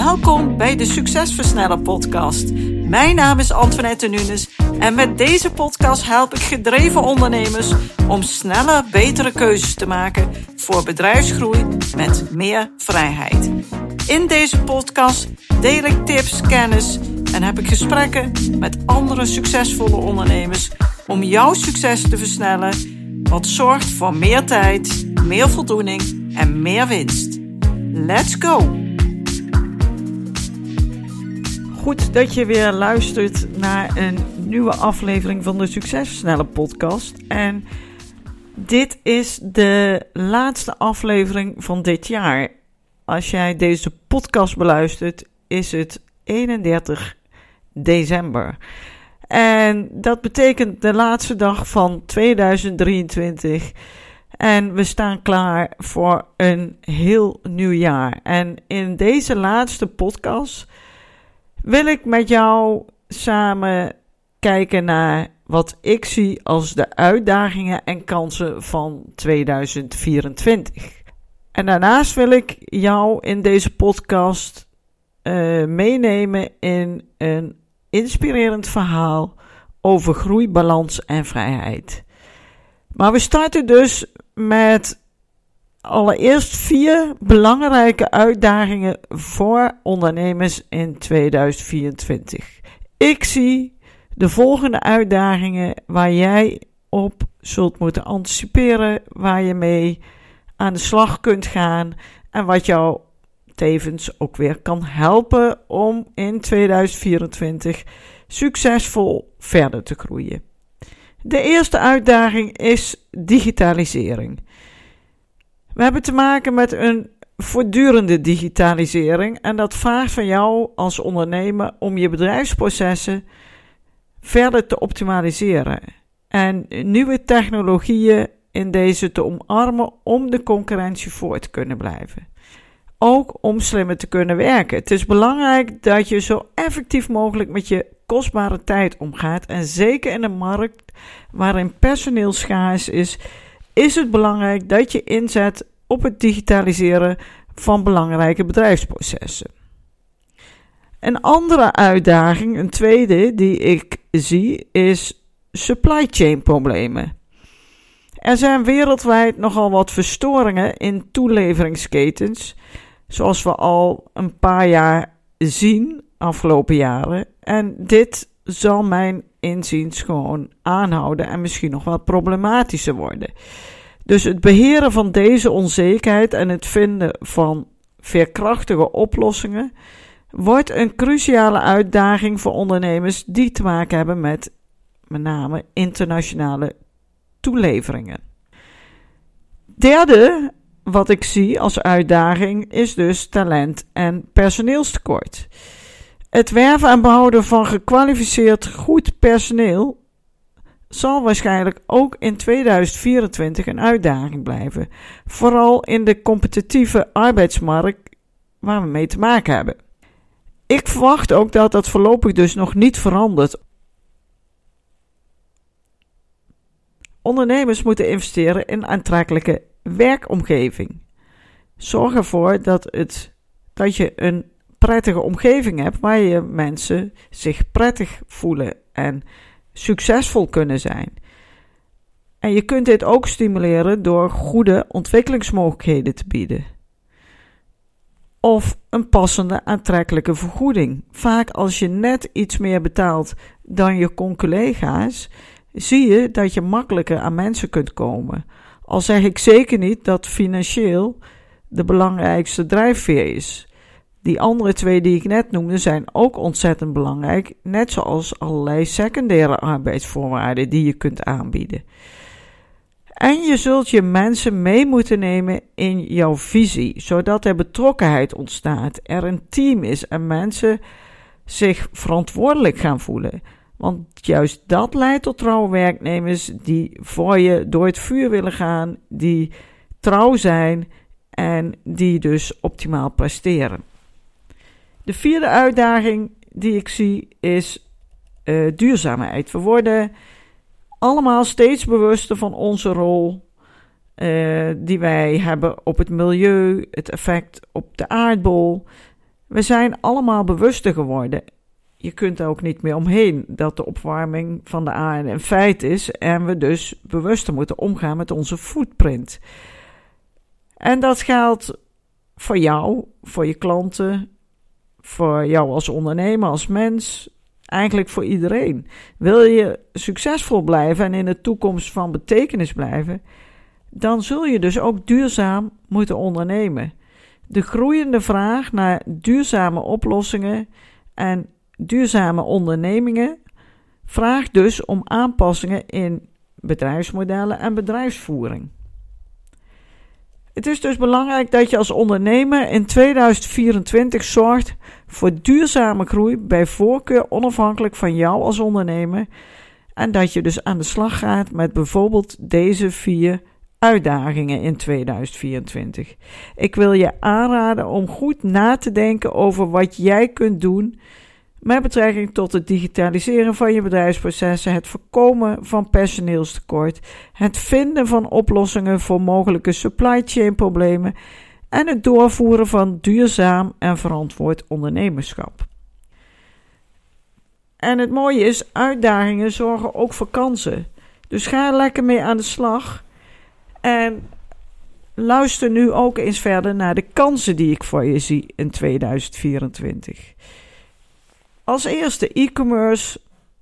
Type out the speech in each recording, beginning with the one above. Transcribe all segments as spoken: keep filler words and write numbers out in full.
Welkom bij de Succesversneller podcast. Mijn naam is Antoinette Nunes en met deze podcast help ik gedreven ondernemers om snelle, betere keuzes te maken voor bedrijfsgroei met meer vrijheid. In deze podcast deel ik tips, kennis en heb ik gesprekken met andere succesvolle ondernemers om jouw succes te versnellen, wat zorgt voor meer tijd, meer voldoening en meer winst. Let's go! Goed dat je weer luistert naar een nieuwe aflevering van de Succesversneller podcast. En dit is de laatste aflevering van dit jaar. Als jij deze podcast beluistert, is het eenendertig december. En dat betekent de laatste dag van tweeduizend drieëntwintig. En we staan klaar voor een heel nieuw jaar. En in deze laatste podcast wil ik met jou samen kijken naar wat ik zie als de uitdagingen en kansen van tweeduizend vierentwintig. En daarnaast wil ik jou in deze podcast uh, meenemen in een inspirerend verhaal over groei, balans en vrijheid. Maar we starten dus met allereerst vier belangrijke uitdagingen voor ondernemers in tweeduizend vierentwintig. Ik zie de volgende uitdagingen waar jij op zult moeten anticiperen, waar je mee aan de slag kunt gaan en wat jou tevens ook weer kan helpen om in tweeduizend vierentwintig succesvol verder te groeien. De eerste uitdaging is digitalisering. We hebben te maken met een voortdurende digitalisering en dat vraagt van jou als ondernemer om je bedrijfsprocessen verder te optimaliseren en nieuwe technologieën in deze te omarmen om de concurrentie voor te kunnen blijven. Ook om slimmer te kunnen werken. Het is belangrijk dat je zo effectief mogelijk met je kostbare tijd omgaat en zeker in een markt waarin personeel schaars is, is het belangrijk dat je inzet op het digitaliseren van belangrijke bedrijfsprocessen. Een andere uitdaging, een tweede die ik zie, is supply chain problemen. Er zijn wereldwijd nogal wat verstoringen in toeleveringsketens, zoals we al een paar jaar zien afgelopen jaren. En dit zal mijn inziens gewoon aanhouden en misschien nog wel problematischer worden. Dus het beheren van deze onzekerheid en het vinden van veerkrachtige oplossingen wordt een cruciale uitdaging voor ondernemers die te maken hebben met met name internationale toeleveringen. Derde, wat ik zie als uitdaging, is dus talent en personeelstekort. Het werven en behouden van gekwalificeerd goed personeel zal waarschijnlijk ook in tweeduizend vierentwintig een uitdaging blijven. Vooral in de competitieve arbeidsmarkt waar we mee te maken hebben. Ik verwacht ook dat dat voorlopig dus nog niet verandert. Ondernemers moeten investeren in een aantrekkelijke werkomgeving. Zorg ervoor dat, het, dat je een prettige omgeving hebt waar je mensen zich prettig voelen en succesvol kunnen zijn. En je kunt dit ook stimuleren door goede ontwikkelingsmogelijkheden te bieden. Of een passende aantrekkelijke vergoeding. Vaak als je net iets meer betaalt dan je conculega's, zie je dat je makkelijker aan mensen kunt komen. Al zeg ik zeker niet dat financieel de belangrijkste drijfveer is. Die andere twee die ik net noemde zijn ook ontzettend belangrijk, net zoals allerlei secundaire arbeidsvoorwaarden die je kunt aanbieden. En je zult je mensen mee moeten nemen in jouw visie, zodat er betrokkenheid ontstaat, er een team is en mensen zich verantwoordelijk gaan voelen. Want juist dat leidt tot trouwe werknemers die voor je door het vuur willen gaan, die trouw zijn en die dus optimaal presteren. De vierde uitdaging die ik zie is uh, duurzaamheid. We worden allemaal steeds bewuster van onze rol uh, die wij hebben op het milieu, het effect op de aardbol. We zijn allemaal bewuster geworden. Je kunt er ook niet meer omheen dat de opwarming van de aarde een feit is en we dus bewuster moeten omgaan met onze footprint. En dat geldt voor jou, voor je klanten, voor jou als ondernemer, als mens, eigenlijk voor iedereen. Wil je succesvol blijven en in de toekomst van betekenis blijven, dan zul je dus ook duurzaam moeten ondernemen. De groeiende vraag naar duurzame oplossingen en duurzame ondernemingen vraagt dus om aanpassingen in bedrijfsmodellen en bedrijfsvoering. Het is dus belangrijk dat je als ondernemer in tweeduizend vierentwintig zorgt voor duurzame groei, bij voorkeur onafhankelijk van jou als ondernemer, en dat je dus aan de slag gaat met bijvoorbeeld deze vier uitdagingen in tweeduizend vierentwintig. Ik wil je aanraden om goed na te denken over wat jij kunt doen met betrekking tot het digitaliseren van je bedrijfsprocessen, het voorkomen van personeelstekort, het vinden van oplossingen voor mogelijke supply chain problemen en het doorvoeren van duurzaam en verantwoord ondernemerschap. En het mooie is, uitdagingen zorgen ook voor kansen. Dus ga er lekker mee aan de slag en luister nu ook eens verder naar de kansen die ik voor je zie in tweeduizend vierentwintig. Als eerste, e-commerce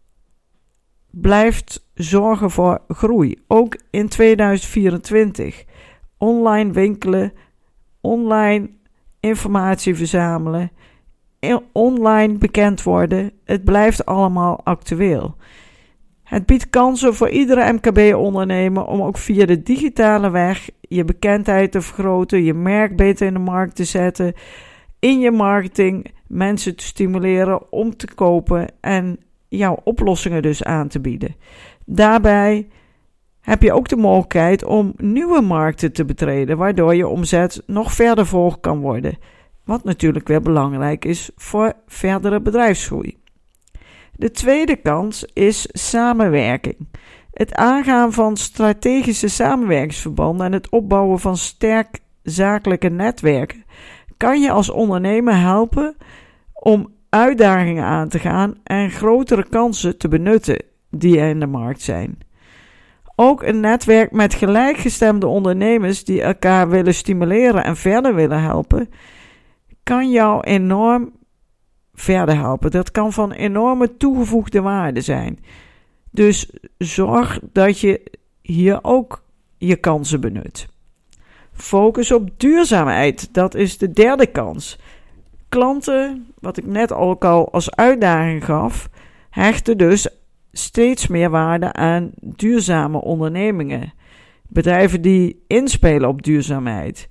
blijft zorgen voor groei, ook in tweeduizend vierentwintig. Online winkelen, online informatie verzamelen, online bekend worden, het blijft allemaal actueel. Het biedt kansen voor iedere M K B-ondernemer om ook via de digitale weg je bekendheid te vergroten, je merk beter in de markt te zetten, in je marketing mensen te stimuleren om te kopen en jouw oplossingen dus aan te bieden. Daarbij heb je ook de mogelijkheid om nieuwe markten te betreden, waardoor je omzet nog verder verhoogd kan worden. Wat natuurlijk weer belangrijk is voor verdere bedrijfsgroei. De tweede kans is samenwerking. Het aangaan van strategische samenwerkingsverbanden en het opbouwen van sterk zakelijke netwerken kan je als ondernemer helpen om uitdagingen aan te gaan en grotere kansen te benutten die er in de markt zijn. Ook een netwerk met gelijkgestemde ondernemers die elkaar willen stimuleren en verder willen helpen, kan jou enorm verder helpen. Dat kan van enorme toegevoegde waarde zijn. Dus zorg dat je hier ook je kansen benut. Focus op duurzaamheid, dat is de derde kans. Klanten, wat ik net ook al als uitdaging gaf, hechten dus steeds meer waarde aan duurzame ondernemingen. Bedrijven die inspelen op duurzaamheid.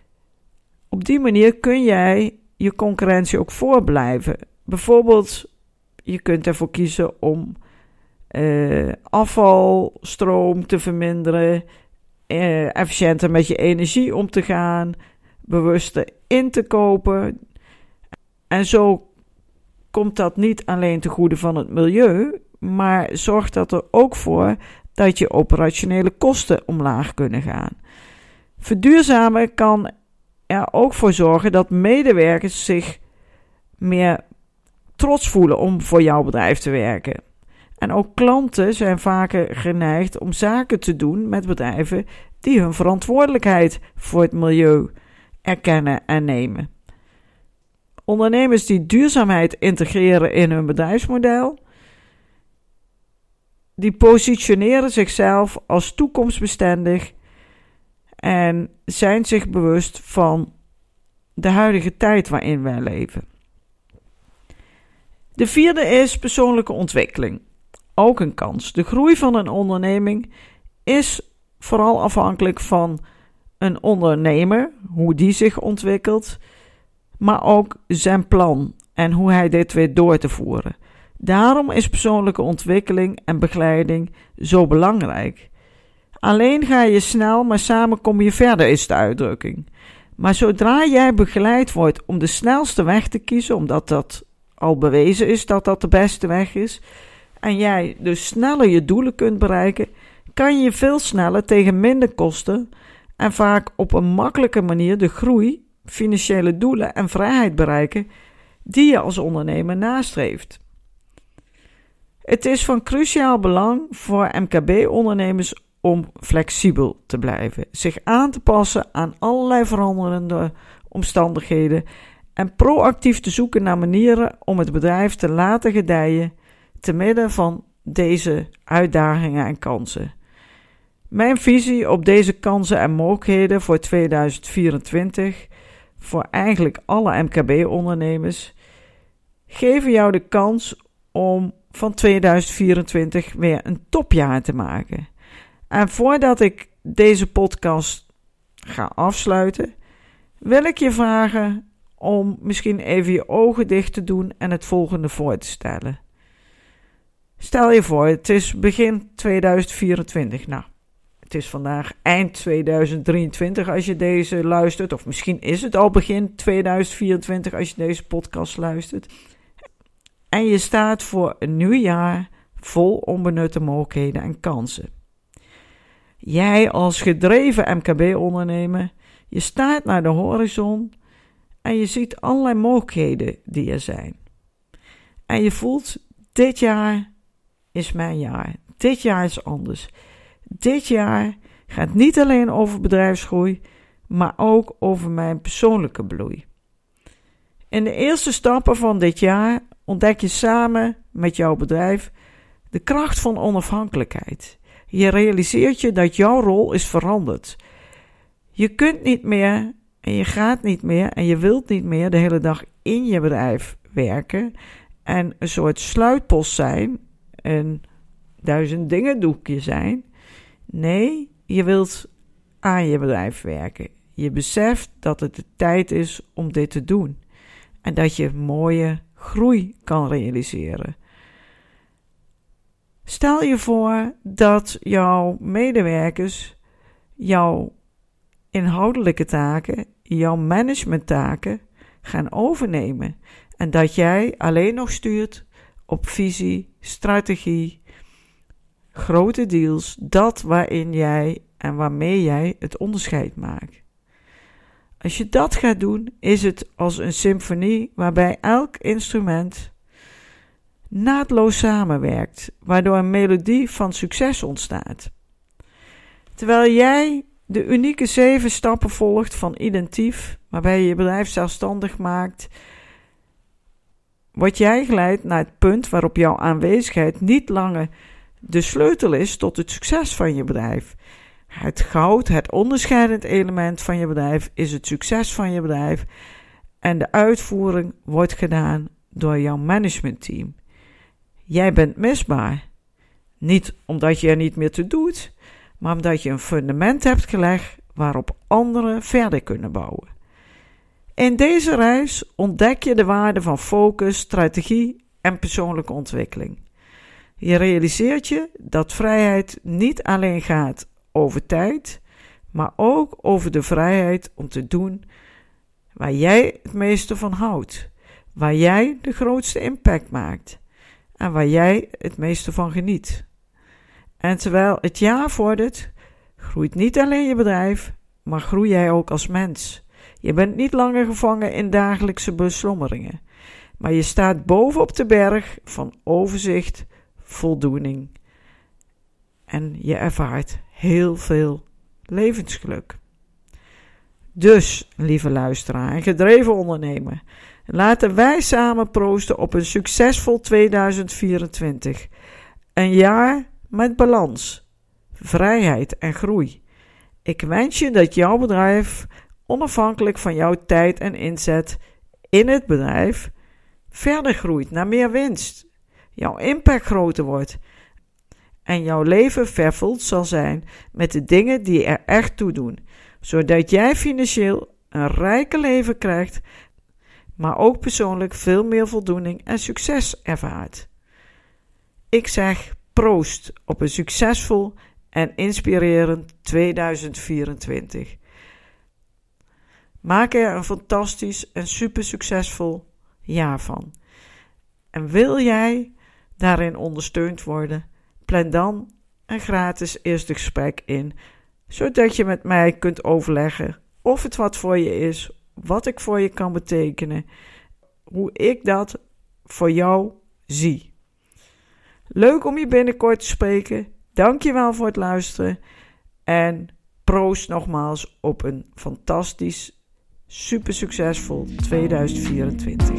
Op die manier kun jij je concurrentie ook voorblijven. Bijvoorbeeld, je kunt ervoor kiezen om uh, afvalstroom te verminderen, uh, efficiënter met je energie om te gaan, bewuster in te kopen. En zo komt dat niet alleen ten goede van het milieu, maar zorgt dat er ook voor dat je operationele kosten omlaag kunnen gaan. Verduurzamen kan er ook voor zorgen dat medewerkers zich meer trots voelen om voor jouw bedrijf te werken. En ook klanten zijn vaker geneigd om zaken te doen met bedrijven die hun verantwoordelijkheid voor het milieu erkennen en nemen. Ondernemers die duurzaamheid integreren in hun bedrijfsmodel, die positioneren zichzelf als toekomstbestendig en zijn zich bewust van de huidige tijd waarin wij leven. De vierde is persoonlijke ontwikkeling. Ook een kans. De groei van een onderneming is vooral afhankelijk van een ondernemer, hoe die zich ontwikkelt, maar ook zijn plan en hoe hij dit weet door te voeren. Daarom is persoonlijke ontwikkeling en begeleiding zo belangrijk. Alleen ga je snel, maar samen kom je verder, is de uitdrukking. Maar zodra jij begeleid wordt om de snelste weg te kiezen, omdat dat al bewezen is dat dat de beste weg is, en jij dus sneller je doelen kunt bereiken, kan je veel sneller tegen minder kosten en vaak op een makkelijke manier de groei, financiële doelen en vrijheid bereiken die je als ondernemer nastreeft. Het is van cruciaal belang voor M K B-ondernemers om flexibel te blijven, zich aan te passen aan allerlei veranderende omstandigheden en proactief te zoeken naar manieren om het bedrijf te laten gedijen te midden van deze uitdagingen en kansen. Mijn visie op deze kansen en mogelijkheden voor tweeduizend vierentwintig, voor eigenlijk alle M K B-ondernemers, geven jou de kans om van tweeduizend vierentwintig weer een topjaar te maken. En voordat ik deze podcast ga afsluiten, wil ik je vragen om misschien even je ogen dicht te doen en het volgende voor te stellen. Stel je voor, het is begin tweeduizend vierentwintig. Nou, het is vandaag eind tweeduizend drieëntwintig als je deze luistert. Of misschien is het al begin tweeduizend vierentwintig als je deze podcast luistert. En je staat voor een nieuw jaar vol onbenutte mogelijkheden en kansen. Jij als gedreven M K B-ondernemer, je staart naar de horizon en je ziet allerlei mogelijkheden die er zijn. En je voelt, dit jaar is mijn jaar. Dit jaar is anders. Dit jaar gaat niet alleen over bedrijfsgroei, maar ook over mijn persoonlijke bloei. In de eerste stappen van dit jaar ontdek je samen met jouw bedrijf de kracht van onafhankelijkheid. Je realiseert je dat jouw rol is veranderd. Je kunt niet meer en je gaat niet meer en je wilt niet meer de hele dag in je bedrijf werken en een soort sluitpost zijn, een duizend dingen doekje zijn. Nee, je wilt aan je bedrijf werken. Je beseft dat het de tijd is om dit te doen en dat je mooie groei kan realiseren. Stel je voor dat jouw medewerkers jouw inhoudelijke taken, jouw managementtaken gaan overnemen en dat jij alleen nog stuurt op visie, strategie, grote deals, dat waarin jij en waarmee jij het onderscheid maakt. Als je dat gaat doen, is het als een symfonie waarbij elk instrument naadloos samenwerkt, waardoor een melodie van succes ontstaat. Terwijl jij de unieke zeven stappen volgt van Identief, waarbij je je bedrijf zelfstandig maakt, word jij geleid naar het punt waarop jouw aanwezigheid niet langer de sleutel is tot het succes van je bedrijf. Het goud, het onderscheidend element van je bedrijf is het succes van je bedrijf en de uitvoering wordt gedaan door jouw managementteam. Jij bent misbaar. Niet omdat je er niet meer toe doet, maar omdat je een fundament hebt gelegd waarop anderen verder kunnen bouwen. In deze reis ontdek je de waarde van focus, strategie en persoonlijke ontwikkeling. Je realiseert je dat vrijheid niet alleen gaat over tijd, maar ook over de vrijheid om te doen waar jij het meeste van houdt, waar jij de grootste impact maakt en waar jij het meeste van geniet. En terwijl het jaar vordert, groeit niet alleen je bedrijf, maar groei jij ook als mens. Je bent niet langer gevangen in dagelijkse beslommeringen, maar je staat bovenop de berg van overzicht, voldoening en je ervaart heel veel levensgeluk. Dus, lieve luisteraar en gedreven ondernemer, laten wij samen proosten op een succesvol tweeduizend vierentwintig. Een jaar met balans, vrijheid en groei. Ik wens je dat jouw bedrijf, onafhankelijk van jouw tijd en inzet in het bedrijf, verder groeit naar meer winst, jouw impact groter wordt en jouw leven vervuld zal zijn met de dingen die er echt toe doen, zodat jij financieel een rijker leven krijgt, maar ook persoonlijk veel meer voldoening en succes ervaart. Ik zeg proost op een succesvol en inspirerend tweeduizend vierentwintig. Maak er een fantastisch en super succesvol jaar van. En wil jij daarin ondersteund worden, plan dan een gratis eerste gesprek in, zodat je met mij kunt overleggen of het wat voor je is, wat ik voor je kan betekenen, hoe ik dat voor jou zie. Leuk om je binnenkort te spreken. Dank je wel voor het luisteren. En proost nogmaals op een fantastisch, super succesvol tweeduizend vierentwintig.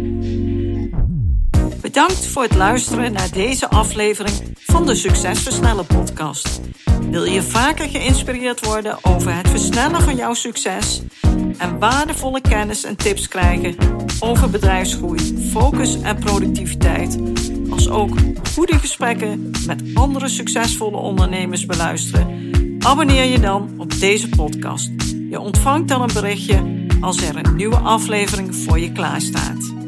Bedankt voor het luisteren naar deze aflevering van de Succesversnellen podcast. Wil je vaker geïnspireerd worden over het versnellen van jouw succes en waardevolle kennis en tips krijgen over bedrijfsgroei, focus en productiviteit, als ook goede gesprekken met andere succesvolle ondernemers beluisteren? Abonneer je dan op deze podcast. Je ontvangt dan een berichtje als er een nieuwe aflevering voor je klaarstaat.